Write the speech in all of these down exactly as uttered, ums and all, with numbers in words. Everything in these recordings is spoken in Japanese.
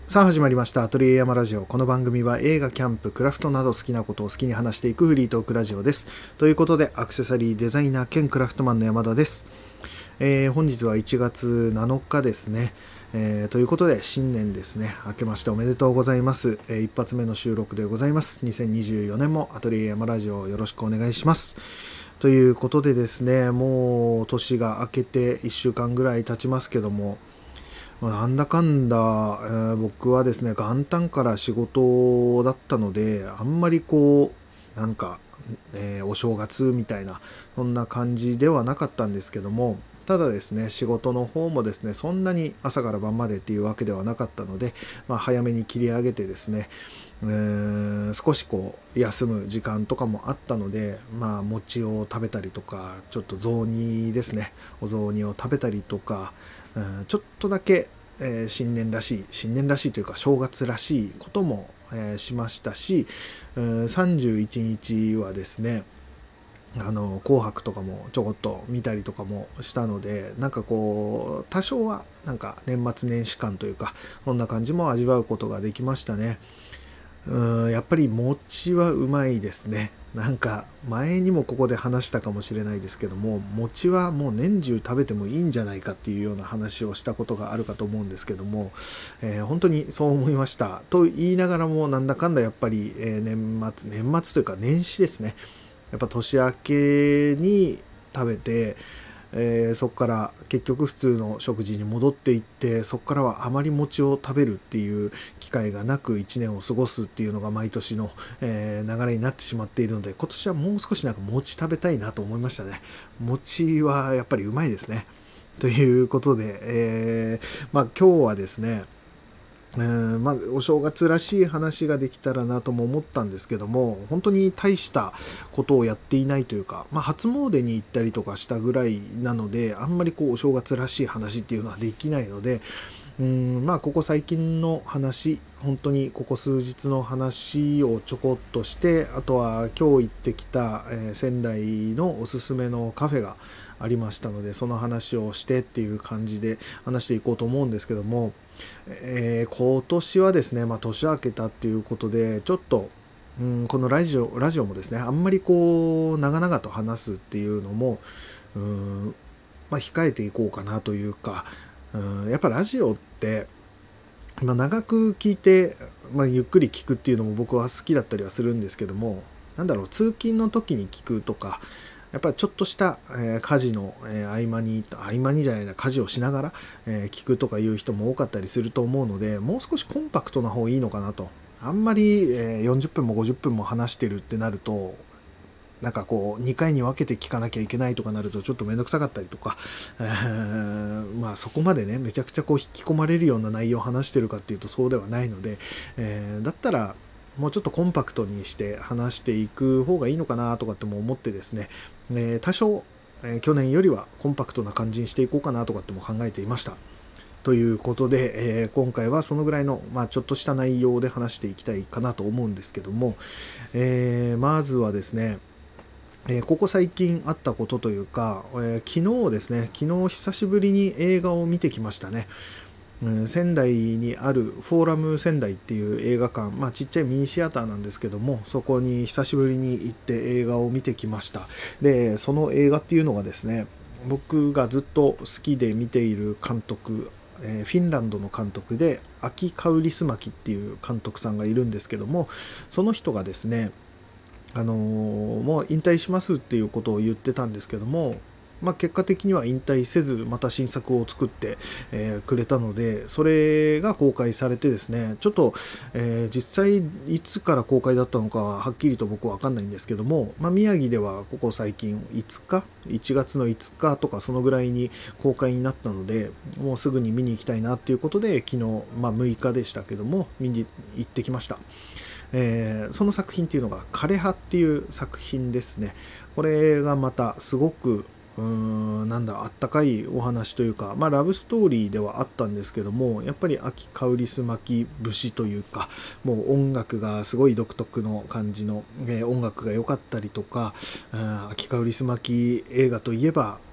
さあ始まりましたアトリエ山ラジオ。この番組は映画、キャンプ、クラフトなど好きなことを好きに話していくフリートークラジオです。ということでアクセサリーデザイナー兼クラフトマンの山田です。えー、本日はいちがつなのかですね、えー、ということで新年ですね。明けましておめでとうございます。えー、一発目の収録でございます。にせんにじゅうよねんもアトリエ山ラジオをよろしくお願いします。ということでですね、もう年が明けていっしゅうかんぐらい経ちますけども、なんだかんだ、えー僕はですね、元旦から仕事だったので、あんまりこう、なんか、えーお正月みたいな、そんな感じではなかったんですけども、ただですね、仕事の方もですね、そんなに朝から晩までっていうわけではなかったので、まあ、早めに切り上げてですね、えー少しこう休む時間とかもあったので、まあ、餅を食べたりとか、ちょっと雑煮ですね、お雑煮を食べたりとか、うんちょっとだけ、えー新年らしい新年らしいというか正月らしいことも、えーしましたし、うんさんじゅういちにちはですね、あの紅白とかもちょこっと見たりとかもしたので、なんかこう多少はなんか年末年始感というか、そんな感じも味わうことができましたね。うーんやっぱり餅はうまいですね。なんか前にもここで話したかもしれないですけども、餅はもう年中食べてもいいんじゃないかっていうような話をしたことがあるかと思うんですけども、えー本当にそう思いました。と言いながらも、なんだかんだやっぱり、えー年末年末というか年始ですね、やっぱ年明けに食べて、えーそこから結局普通の食事に戻っていって、そこからはあまり餅を食べるっていう機会がなくいちねんを過ごすっていうのが毎年の、えー流れになってしまっているので、今年はもう少しなんか餅食べたいなと思いましたね。餅はやっぱりうまいですね。ということで、えーまあ今日はですね、えーまあ、お正月らしい話ができたらなとも思ったんですけども、本当に大したことをやっていないというか、まあ、初詣に行ったりとかしたぐらいなので、あんまりこうお正月らしい話っていうのはできないので、うーんまあここ最近の話、本当にここ数日の話をちょこっとして、あとは今日行ってきた、えー仙台のおすすめのカフェがありましたので、その話をしてっていう感じで話していこうと思うんですけども、えー今年はですね、まあ、年明けたっていうことで、ちょっと、うん、このラジオ、ラジオもですね、あんまりこう、長々と話すっていうのも、うん、まあ、控えていこうかなというか、うん、やっぱラジオって、まあ、長く聞いて、まあ、ゆっくり聞くっていうのも僕は好きだったりはするんですけども、なんだろう、通勤の時に聞くとか、やっぱりちょっとした、えー家事の、えー合間に、合間にじゃないな、家事をしながら、えー聞くとかいう人も多かったりすると思うので、もう少しコンパクトな方がいいのかなと。あんまり、えーよんじゅっぷんもごじゅっぷんも話してるってなると、なんかこうにかいに分けて聞かなきゃいけないとかなるとちょっとめんどくさかったりとか、えーまあそこまでね、めちゃくちゃこう引き込まれるような内容を話してるかっていうとそうではないので、えーだったらもうちょっとコンパクトにして話していく方がいいのかなとかっても思ってですね、えー多少、えー去年よりはコンパクトな感じにしていこうかなとかっても考えていました。ということで、えー今回はそのぐらいの、まあ、ちょっとした内容で話していきたいかなと思うんですけども、えーまずはですね、えーここ最近あったことというか、えー昨日ですね、昨日久しぶりに映画を見てきましたね。うん仙台にあるフォーラム仙台っていう映画館、まあちっちゃいミニシアターなんですけども、そこに久しぶりに行って映画を見てきました。で、その映画っていうのがですね、僕がずっと好きで見ている監督、えーフィンランドの監督で、アキ・カウリスマキっていう監督さんがいるんですけども、その人がですね、あのーもう引退しますっていうことを言ってたんですけども、まあ、結果的には引退せずまた新作を作って、えーくれたので、それが公開されてですね、ちょっと、えー実際いつから公開だったのかははっきりと僕は分かんないんですけども、まあ、宮城ではここ最近いつかいちがつのいつかとかそのぐらいに公開になったので、もうすぐに見に行きたいなっていうことで昨日、まあ、むいかでしたけども見に行ってきました。えーその作品っていうのが枯葉っていう作品ですね。これがまたすごくうーんなんだあったかいお話というか、まあ、ラブストーリーではあったんですけども、やっぱり秋香りす巻き節というか、もう音楽がすごい独特の感じの、えー音楽が良かったりとか、うん秋香りす巻き映画といえば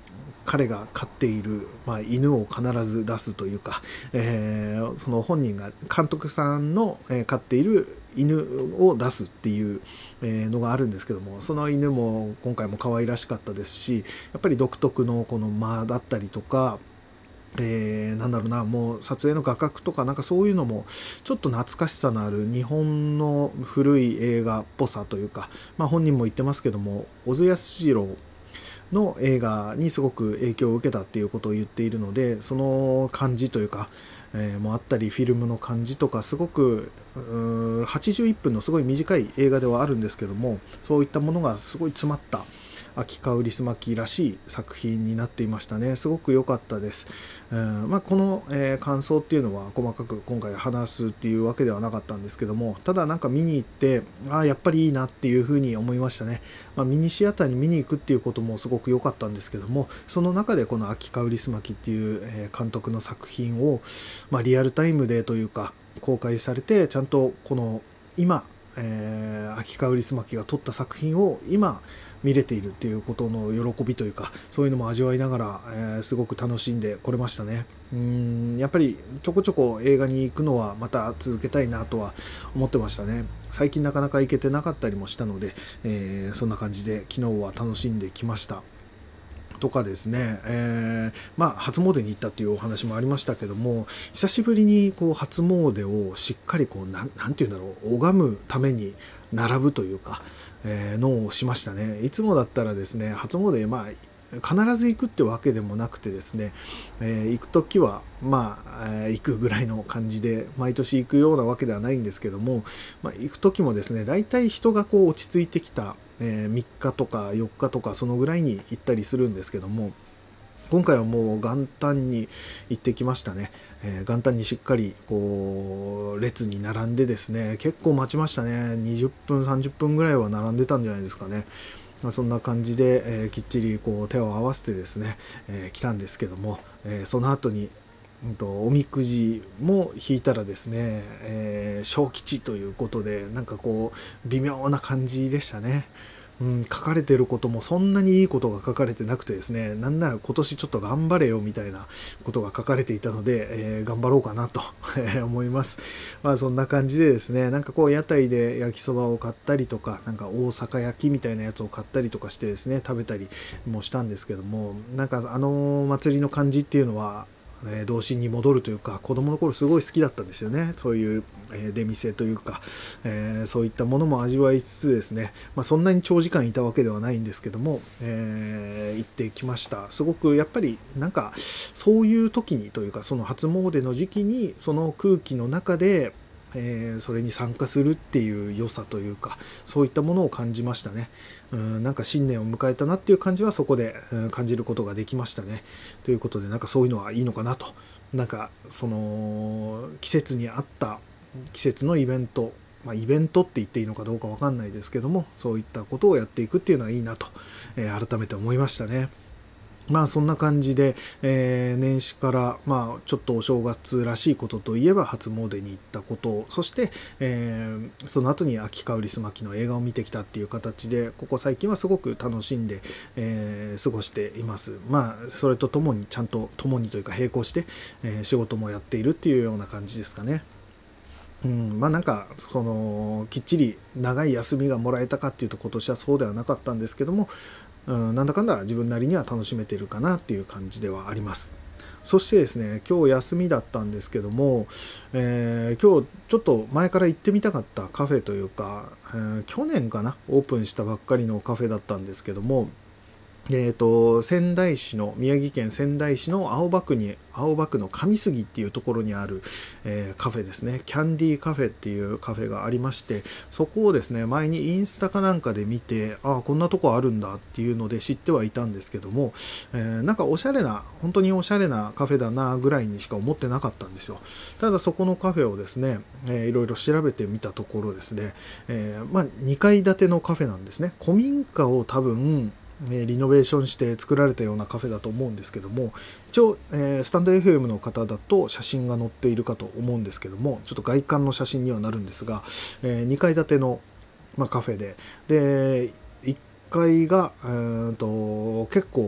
彼が飼っている、まあ、犬を必ず出すというか、えー、その本人が監督さんの、えー、飼っている犬を出すっていうのがあるんですけども、その犬も今回も可愛らしかったですし、やっぱり独特のこの間だったりとか、えー、なんだろうな、もう撮影の画角とかなんかそういうのもちょっと懐かしさのある日本の古い映画っぽさというか、まあ、本人も言ってますけども、小津安二郎の映画にすごく影響を受けたっていうことを言っているので、その感じというか、えー、もあったり、フィルムの感じとか、すごくはちじゅういっぷんのすごい短い映画ではあるんですけども、そういったものがすごい詰まった秋香りすまきらしい作品になっていましたね。すごく良かったです。うんまあ、この、えー、感想っていうのは細かく今回話すっていうわけではなかったんですけども、ただなんか見に行ってああやっぱりいいなっていうふうに思いましたね。まあ、ミニシアターに見に行くっていうこともすごく良かったんですけども、その中でこの秋香りすまきっていう、えー、監督の作品を、まあ、リアルタイムでというか公開されて、ちゃんとこの今、えー、秋香りすまきが撮った作品を今見れているっていうことの喜びというか、そういうのも味わいながら、えー、すごく楽しんでこれましたね。うーんやっぱりちょこちょこ映画に行くのはまた続けたいなとは思ってましたね。最近なかなか行けてなかったりもしたので、えー、そんな感じで昨日は楽しんできましたとかですね、えー、まあ初詣に行ったっていうお話もありましたけども、久しぶりにこう初詣をしっかりこうなんなんていうんだろう、拝むために並ぶというか、えー、のをしましたね。いつもだったらですね、初詣まあ必ず行くってわけでもなくてですね、えー、行くときはまあ、えー、行くぐらいの感じで毎年行くようなわけではないんですけども、まあ、行くときもですね、だいたい人がこう落ち着いてきた、えー、みっかとかよっかとかそのぐらいに行ったりするんですけども、今回はもう元旦に行ってきましたね。えー、元旦にしっかりこう列に並んでですね、結構待ちましたね。にじゅっぷんさんじゅっぷんぐらいは並んでたんじゃないですかね。まあ、そんな感じで、えー、きっちりこう手を合わせてですね、えー、来たんですけども、えー、その後に、うん、とおみくじも引いたらですね、えー、小吉ということで、なんかこう微妙な感じでしたね。うん、書かれてることもそんなにいいことが書かれてなくてですね、なんなら今年ちょっと頑張れよみたいなことが書かれていたので、えー、頑張ろうかなと思います。まあそんな感じでですね、なんかこう屋台で焼きそばを買ったりとか、なんか大阪焼きみたいなやつを買ったりとかしてですね、食べたりもしたんですけども、なんかあの祭りの感じっていうのは、えー、童心に戻るというか、子供の頃すごい好きだったんですよね。そういう、えー、出店というか、えー、そういったものも味わいつつですね、まあ、そんなに長時間いたわけではないんですけども、えー、行ってきました。すごくやっぱりなんかそういう時にというか、その初詣の時期にその空気の中で、えー、それに参加するっていう良さというか、そういったものを感じましたね。うん、なんか新年を迎えたなっていう感じはそこで、うん、感じることができましたね。ということで、なんかそういうのはいいのかなと。なんかその季節に合った季節のイベント、まあ、イベントって言っていいのかどうかわかんないですけども、そういったことをやっていくっていうのはいいなと、えー、改めて思いましたね。まあそんな感じで、えー、年始からまあちょっとお正月らしいことといえば初詣に行ったこと、そして、えー、その後に秋香りすまきの映画を見てきたっていう形で、ここ最近はすごく楽しんで、えー、過ごしています。まあそれとともにちゃんとともにというか並行して、えー、仕事もやっているっていうような感じですかね。うん、まあなんかそのきっちり長い休みがもらえたかっていうと今年はそうではなかったんですけども、うん、なんだかんだ自分なりには楽しめてるかなっていう感じではあります。そしてですね、今日休みだったんですけども、えー、今日ちょっと前から行ってみたかったカフェというか、えー、去年かなオープンしたばっかりのカフェだったんですけども、えーと、仙台市の、宮城県仙台市の青葉区に、青葉区の上杉っていうところにある、えー、カフェですね。キャンディーカフェっていうカフェがありまして、そこをですね、前にインスタかなんかで見て、ああ、こんなとこあるんだっていうので知ってはいたんですけども、えー、なんかおしゃれな、本当におしゃれなカフェだなぐらいにしか思ってなかったんですよ。ただそこのカフェをですね、えー、いろいろ調べてみたところですね、えー、まあにかい建てのカフェなんですね。古民家を多分、リノベーションして作られたようなカフェだと思うんですけども、一応、えー、スタンド エフエム の方だと写真が載っているかと思うんですけども、ちょっと外観の写真にはなるんですが、えー、にかい建ての、まあ、カフェで、でいっかいが、えー、と結構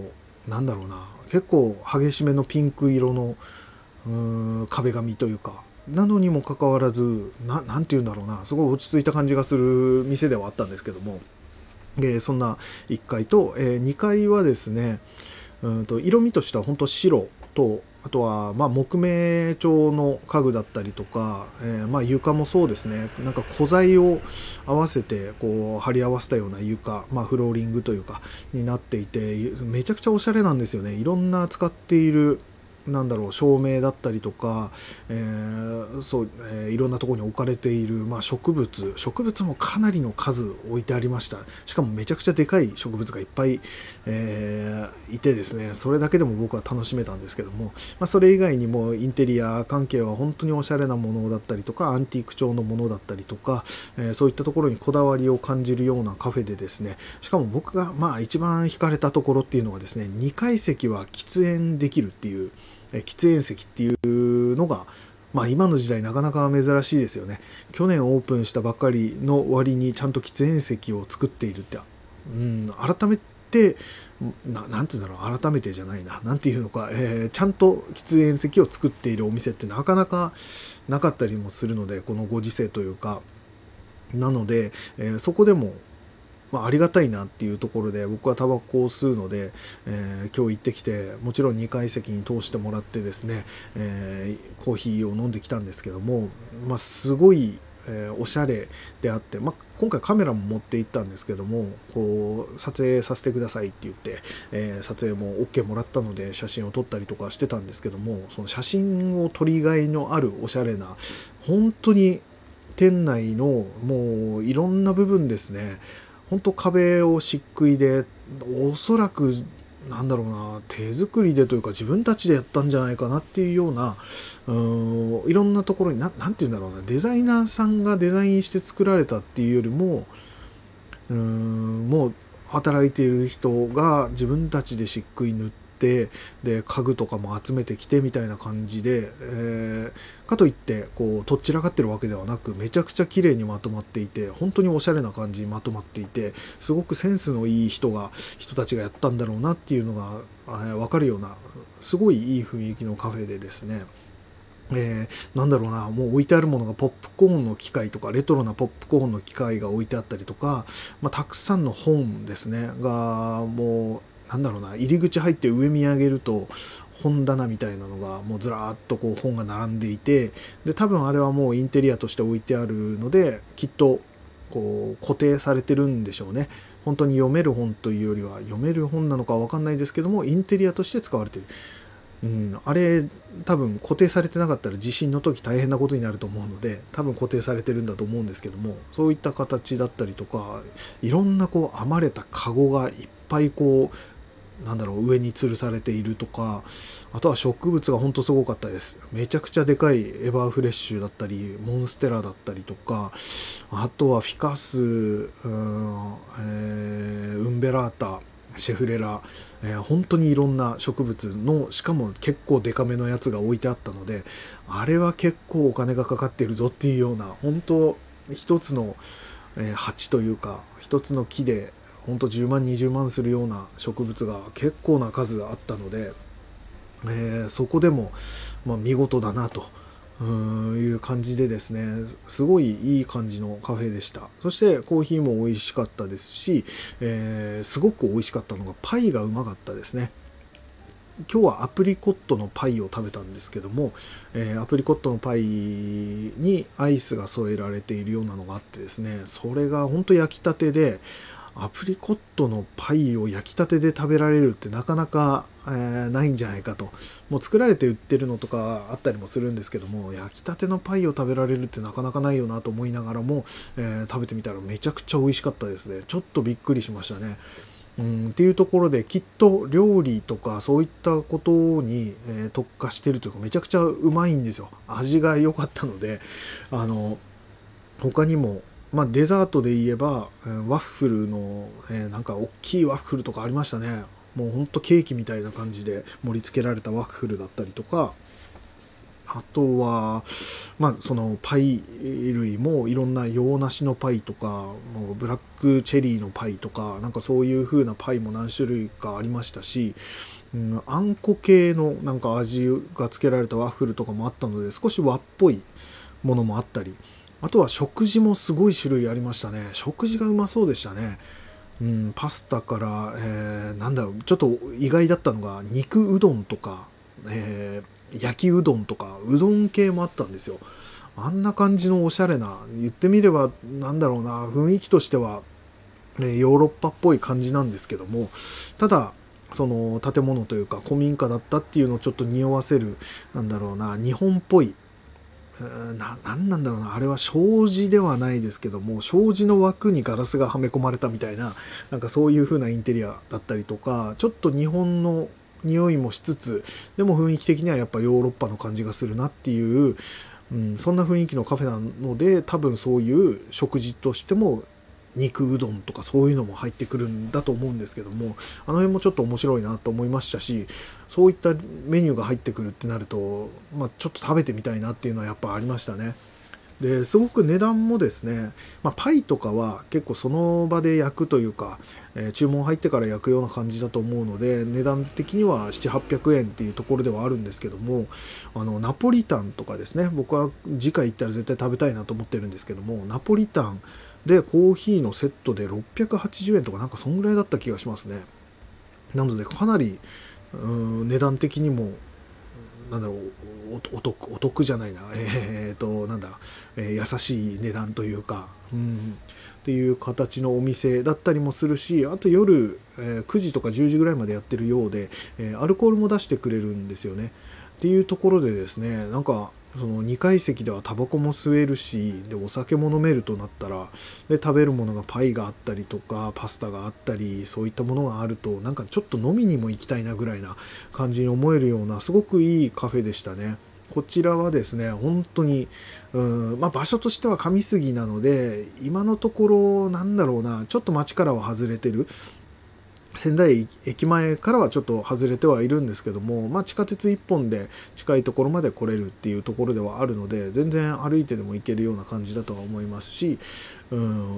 なんだろうな、結構激しめのピンク色のうーん壁紙というか、なのにもかかわらず、ななんて言うんだろうな、すごい落ち着いた感じがする店ではあったんですけども、えーそんないっかいと、えーにかいはですね、うんと色味としては本当白と、あとはまあ木目調の家具だったりとか、えーまあ床もそうですね、なんか古材を合わせてこう貼り合わせたような床、まあフローリングというかになっていて、めちゃくちゃおしゃれなんですよね。いろんな使っているなんだろう照明だったりとか、えーそう、えーいろんなところに置かれている、まあ、植物植物もかなりの数置いてありました。しかもめちゃくちゃでかい植物がいっぱい、えーいてですね、それだけでも僕は楽しめたんですけども、まあ、それ以外にもインテリア関係は本当におしゃれなものだったりとか、アンティーク調のものだったりとか、えーそういったところにこだわりを感じるようなカフェでですね、しかも僕がまあ一番惹かれたところっていうのがですね、にかい席は喫煙できるっていう、え喫煙席っていうのが、まあ、今の時代なかなか珍しいですよね。去年オープンしたばっかりの割にちゃんと喫煙席を作っているって、うん、改めてななんていうんだろう、改めてじゃないな、なんていうのか、えーちゃんと喫煙席を作っているお店ってなかなかなかったりもするので、このご時世というか、なので、えーそこでもまあ、ありがたいなっていうところで、僕はタバコを吸うので、えー今日行ってきて、もちろんにかい席に通してもらってですね、えーコーヒーを飲んできたんですけども、まあ、すごい、えーおしゃれであって、まあ、今回カメラも持って行ったんですけども、こう撮影させてくださいって言って、えー撮影も OK もらったので写真を撮ったりとかしてたんですけども、その写真を撮りがいのあるおしゃれな、本当に店内のもういろんな部分ですね、本当壁を漆喰で、おそらくなんだろうな、手作りでというか自分たちでやったんじゃないかなっていうような、うーんいろんなところにな、なんて言うんだろうな、デザイナーさんがデザインして作られたっていうよりも、うーんもう働いている人が自分たちで漆喰塗って、で家具とかも集めてきてみたいな感じで、えーかといってこうとっちらかってるわけではなく、めちゃくちゃ綺麗にまとまっていて、本当におしゃれな感じにまとまっていて、すごくセンスのいい人が人たちがやったんだろうなっていうのが、えー分かるような、すごいいい雰囲気のカフェでですね、えー、なんだろうな、もう置いてあるものがポップコーンの機械とか、レトロなポップコーンの機械が置いてあったりとか、まあ、たくさんの本ですね、が、もう、なんだろうな、入り口入って上見上げると、本棚みたいなのが、もうずらーっとこう本が並んでいて、で、多分あれはもうインテリアとして置いてあるので、きっと、こう、固定されてるんでしょうね。本当に読める本というよりは、読める本なのかわかんないですけども、インテリアとして使われている。うん、あれ多分固定されてなかったら地震の時大変なことになると思うので、多分固定されてるんだと思うんですけども、そういった形だったりとか、いろんなこう編まれたカゴがいっぱいこうなんだろう上に吊るされているとか、あとは植物がほんとすごかったです。めちゃくちゃでかいエバーフレッシュだったりモンステラだったりとか、あとはフィカス、うん、えーウンベラータ、シェフレラ、えー本当にいろんな植物の、しかも結構デカめのやつが置いてあったので、あれは結構お金がかかってるぞっていうような、本当一つの、えー鉢というか一つの木で本当じゅうまんにじゅうまんするような植物が結構な数あったので、えーそこでも、まあ、見事だなとうーんいう感じでですね、すごいいい感じのカフェでした。そしてコーヒーも美味しかったですし、えーすごく美味しかったのがパイがうまかったですね。今日はアプリコットのパイを食べたんですけども、えーアプリコットのパイにアイスが添えられているようなのがあってですね、それが本当焼きたてで、アプリコットのパイを焼きたてで食べられるってなかなか、えーないんじゃないかと。もう作られて売ってるのとかあったりもするんですけども、焼きたてのパイを食べられるってなかなかないよなと思いながらも、えー食べてみたらめちゃくちゃ美味しかったですね。ちょっとびっくりしましたね。うん、っていうところで、きっと料理とかそういったことに、えー特化してるというか、めちゃくちゃうまいんですよ。味が良かったので、あの他にも、まあ、デザートで言えば、えーワッフルの、えーなんか大きいワッフルとかありましたね。もうほんとケーキみたいな感じで盛り付けられたワッフルだったりとか、あとは、まあ、そのパイ類もいろんな洋梨のパイとか、もうブラックチェリーのパイとか、なんかそういう風なパイも何種類かありましたし、 うん、あんこ系のなんか味がつけられたワッフルとかもあったので、少し和っぽいものもあったり、あとは食事もすごい種類ありましたね。食事がうまそうでしたね。うん、パスタから、えー、なんだろう、ちょっと意外だったのが肉うどんとか、えー、焼きうどんとかうどん系もあったんですよ。あんな感じのおしゃれな、言ってみればなんだろうな、雰囲気としては、ね、ヨーロッパっぽい感じなんですけども、ただその建物というか古民家だったっていうのをちょっと匂わせる、なんだろうな、日本っぽい、な、なんなんだろうな、あれは障子ではないですけども、障子の枠にガラスがはめ込まれたみたいな、なんかそういう風なインテリアだったりとか、ちょっと日本の匂いもしつつ、でも雰囲気的にはやっぱヨーロッパの感じがするなっていう、うん、そんな雰囲気のカフェなので、多分そういう食事としても肉うどんとかそういうのも入ってくるんだと思うんですけども、あの辺もちょっと面白いなと思いましたし、そういったメニューが入ってくるってなると、まあ、ちょっと食べてみたいなっていうのはやっぱありましたね。ですごく値段もですね、まあ、パイとかは結構その場で焼くというか、えー注文入ってから焼くような感じだと思うので、値段的にはななひゃくはっぴゃくえんっていうところではあるんですけども、あのナポリタンとかですね、僕は次回行ったら絶対食べたいなと思ってるんですけども、ナポリタンでコーヒーのセットでろっぴゃくはちじゅうえんとかなんかそんぐらいだった気がしますね。なのでかなり、うん、値段的にもなんだろう、おお得お得じゃないな、えー、となんだ、えー優しい値段というか、うん、っていう形のお店だったりもするし、あと夜、えーくじとかじゅうじぐらいまでやってるようで、えーアルコールも出してくれるんですよね。っていうところでですね、なんかそのにかい席ではタバコも吸えるし、でお酒も飲めるとなったら、で食べるものがパイがあったりとかパスタがあったり、そういったものがあるとなんかちょっと飲みにも行きたいなぐらいな感じに思えるようなすごくいいカフェでしたね。こちらはですね、本当に、うん、まあ、場所としては上杉なので、今のところなんだろうな、ちょっと街からは外れてる、仙台駅前からはちょっと外れてはいるんですけども、まあ、地下鉄いっぽんで近いところまで来れるっていうところではあるので、全然歩いてでも行けるような感じだとは思いますし、うん、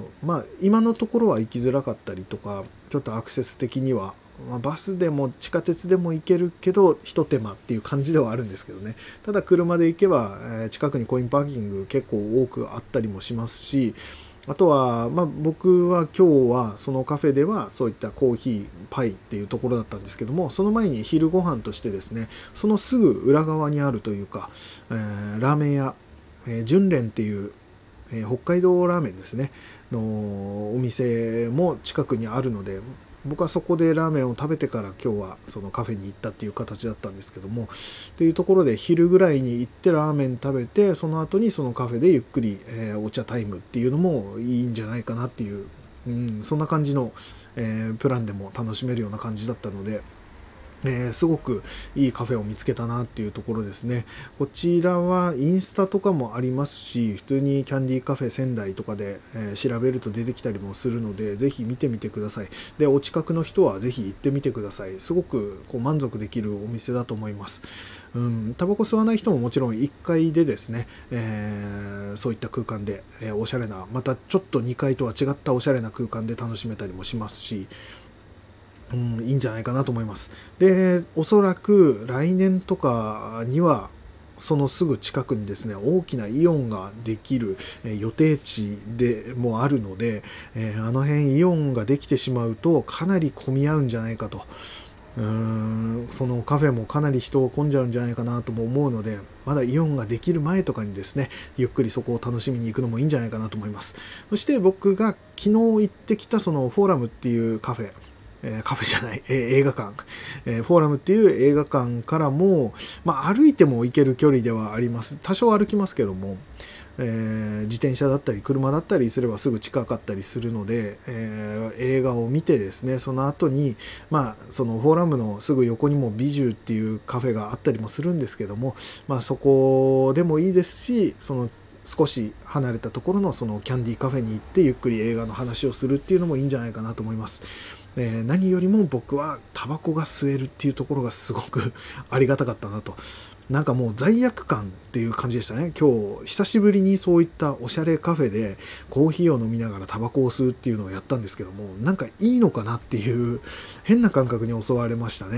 まあ今のところは行きづらかったりとか、ちょっとアクセス的には、まあ、バスでも地下鉄でも行けるけど一手間っていう感じではあるんですけどね。ただ車で行けば、えー近くにコインパーキング結構多くあったりもしますし、あとは、まあ、僕は今日はそのカフェではそういったコーヒーパイっていうところだったんですけども、その前に昼ご飯としてですね、そのすぐ裏側にあるというか、えーラーメン屋、えー純連っていう、えー北海道ラーメンですねのお店も近くにあるので、僕はそこでラーメンを食べてから今日はそのカフェに行ったっていう形だったんですけども、というところで昼ぐらいに行ってラーメン食べて、その後にそのカフェでゆっくり、えーお茶タイムっていうのもいいんじゃないかなっていう、うん、そんな感じの、えープランでも楽しめるような感じだったので、えーすごくいいカフェを見つけたなっていうところですね。こちらはインスタとかもありますし、普通にキャンディーカフェ仙台とかで、えー調べると出てきたりもするので、ぜひ見てみてください。で、お近くの人はぜひ行ってみてください。すごくこう満足できるお店だと思います。うん、タバコ吸わない人ももちろんいっかいでですね、えーそういった空間で、えーおしゃれな、またちょっとにかいとは違ったおしゃれな空間で楽しめたりもしますし、うん、いいんじゃないかなと思います。で、おそらく来年とかには、そのすぐ近くにですね、大きなイオンができるえー予定地でもあるので、えーあの辺イオンができてしまうとかなり混み合うんじゃないかと。うーん、そのカフェもかなり人を混んじゃうんじゃないかなとも思うので、まだイオンができる前とかにですね、ゆっくりそこを楽しみに行くのもいいんじゃないかなと思います。そして僕が昨日行ってきたそのフォーラムっていうカフェ、えーカフェじゃない、えー映画館、えーフォーラムっていう映画館からも、まあ、歩いても行ける距離ではあります。多少歩きますけども、えー自転車だったり車だったりすればすぐ近かったりするので、えー映画を見てですね、その後に、まあ、そのフォーラムのすぐ横にもビジューっていうカフェがあったりもするんですけども、まあ、そこでもいいですし、その少し離れたところのそのキャンディーカフェに行ってゆっくり映画の話をするっていうのもいいんじゃないかなと思います。えー何よりも僕はタバコが吸えるっていうところがすごくありがたかったなと。なんかもう罪悪感っていう感じでしたね。今日久しぶりにそういったおしゃれカフェでコーヒーを飲みながらタバコを吸うっていうのをやったんですけども、なんかいいのかなっていう変な感覚に襲われましたね。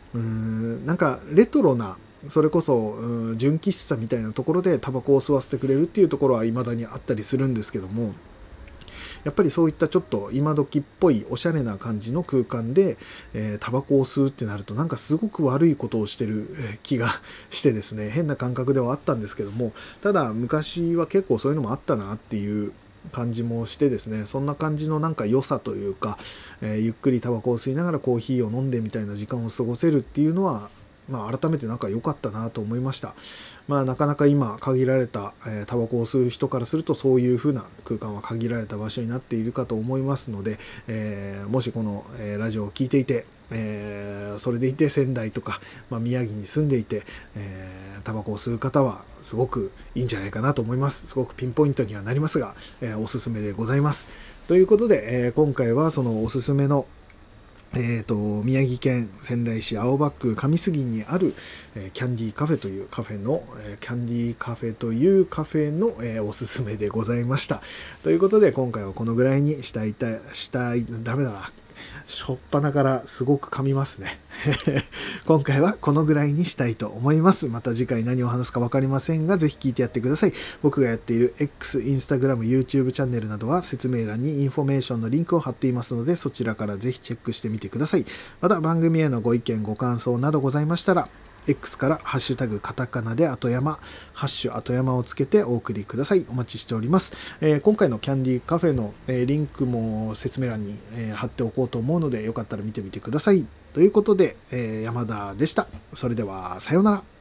うーんなんかレトロな、それこそ、うん、純喫茶みたいなところでタバコを吸わせてくれるっていうところは未だにあったりするんですけども、やっぱりそういったちょっと今時っぽいおしゃれな感じの空間で、えー、タバコを吸うってなるとなんかすごく悪いことをしてる気がしてですね、変な感覚ではあったんですけども、ただ昔は結構そういうのもあったなっていう感じもしてですね、そんな感じのなんか良さというか、えーゆっくりタバコを吸いながらコーヒーを飲んでみたいな時間を過ごせるっていうのは、まあ、改めてなんか良かったなと思いました。まあ、なかなか今限られた、えータバコを吸う人からするとそういう風な空間は限られた場所になっているかと思いますので、えーもしこの、えーラジオを聞いていて、えーそれでいて仙台とか、まあ、宮城に住んでいて、えータバコを吸う方はすごくいいんじゃないかなと思います。すごくピンポイントにはなりますが、えーおすすめでございます。ということで、えー今回はそのおすすめのえー、と宮城県仙台市青葉区上杉にある、えーキャンディーカフェというカフェの、えーキャンディーカフェというカフェの、えーおすすめでございました。ということで今回はこのぐらいにしたいたしたいダメだな。しょっぱなからすごく噛みますね。今回はこのぐらいにしたいと思います。また次回何を話すか分かりませんが、ぜひ聞いてやってください。僕がやっている X、Instagram、YouTube チャンネルなどは説明欄にインフォメーションのリンクを貼っていますので、そちらからぜひチェックしてみてください。また番組へのご意見、ご感想などございましたら、X からハッシュタグカタカナで後山、ハッシュ後山をつけてお送りください。お待ちしております。えー今回のキャンディーカフェの、えーリンクも説明欄に、えー貼っておこうと思うので、よかったら見てみてください。ということで、えー山田でした。それでは、さようなら。